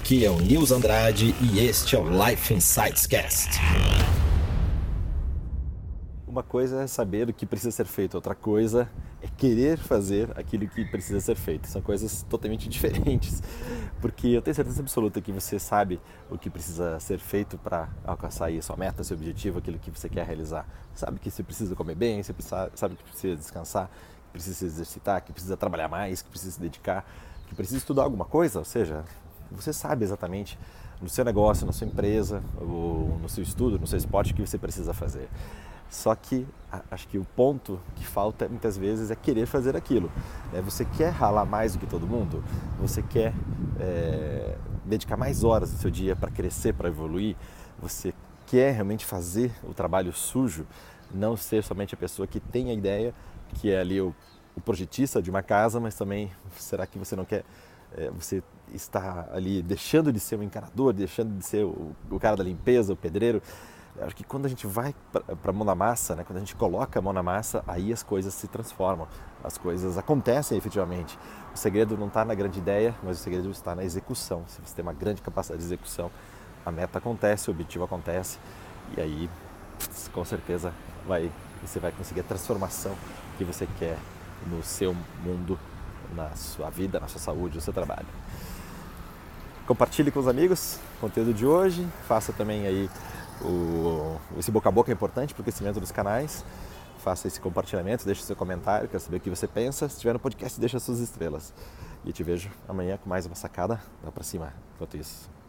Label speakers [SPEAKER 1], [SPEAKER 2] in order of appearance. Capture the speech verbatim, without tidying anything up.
[SPEAKER 1] Aqui é o Nils Andrade e este é o Life Insights Cast.
[SPEAKER 2] Uma coisa é saber o que precisa ser feito, outra coisa é querer fazer aquilo que precisa ser feito. São coisas totalmente diferentes, porque eu tenho certeza absoluta que você sabe o que precisa ser feito para alcançar aí a sua meta, seu objetivo, aquilo que você quer realizar. Sabe que você precisa comer bem, você sabe que precisa descansar, que precisa se exercitar, que precisa trabalhar mais, que precisa se dedicar, que precisa estudar alguma coisa, ou seja, você sabe exatamente no seu negócio, na sua empresa, ou no seu estudo, no seu esporte, o que você precisa fazer. Só que acho que o ponto que falta muitas vezes é querer fazer aquilo. Você quer ralar mais do que todo mundo? Você quer é, dedicar mais horas do seu dia para crescer, para evoluir? Você quer realmente fazer o trabalho sujo? Não ser somente a pessoa que tem a ideia, que é ali o, o projetista de uma casa, mas também será que você não quer... É, você está ali deixando de ser o encanador, deixando de ser o, o cara da limpeza, o pedreiro? Acho que quando a gente vai para a mão na massa, né, quando a gente coloca a mão na massa, aí as coisas se transformam, as coisas acontecem efetivamente. O segredo não está na grande ideia, mas o segredo está na execução. Se você tem uma grande capacidade de execução, a meta acontece, o objetivo acontece, e aí com certeza vai, você vai conseguir a transformação que você quer no seu mundo, na sua vida, na sua saúde, no seu trabalho. Compartilhe com os amigos o conteúdo de hoje, faça também aí o, esse boca a boca é importante para o crescimento dos canais, faça esse compartilhamento, deixe seu comentário, quero saber o que você pensa, se estiver no podcast deixa suas estrelas e eu te vejo amanhã com mais uma sacada, vai para cima enquanto isso.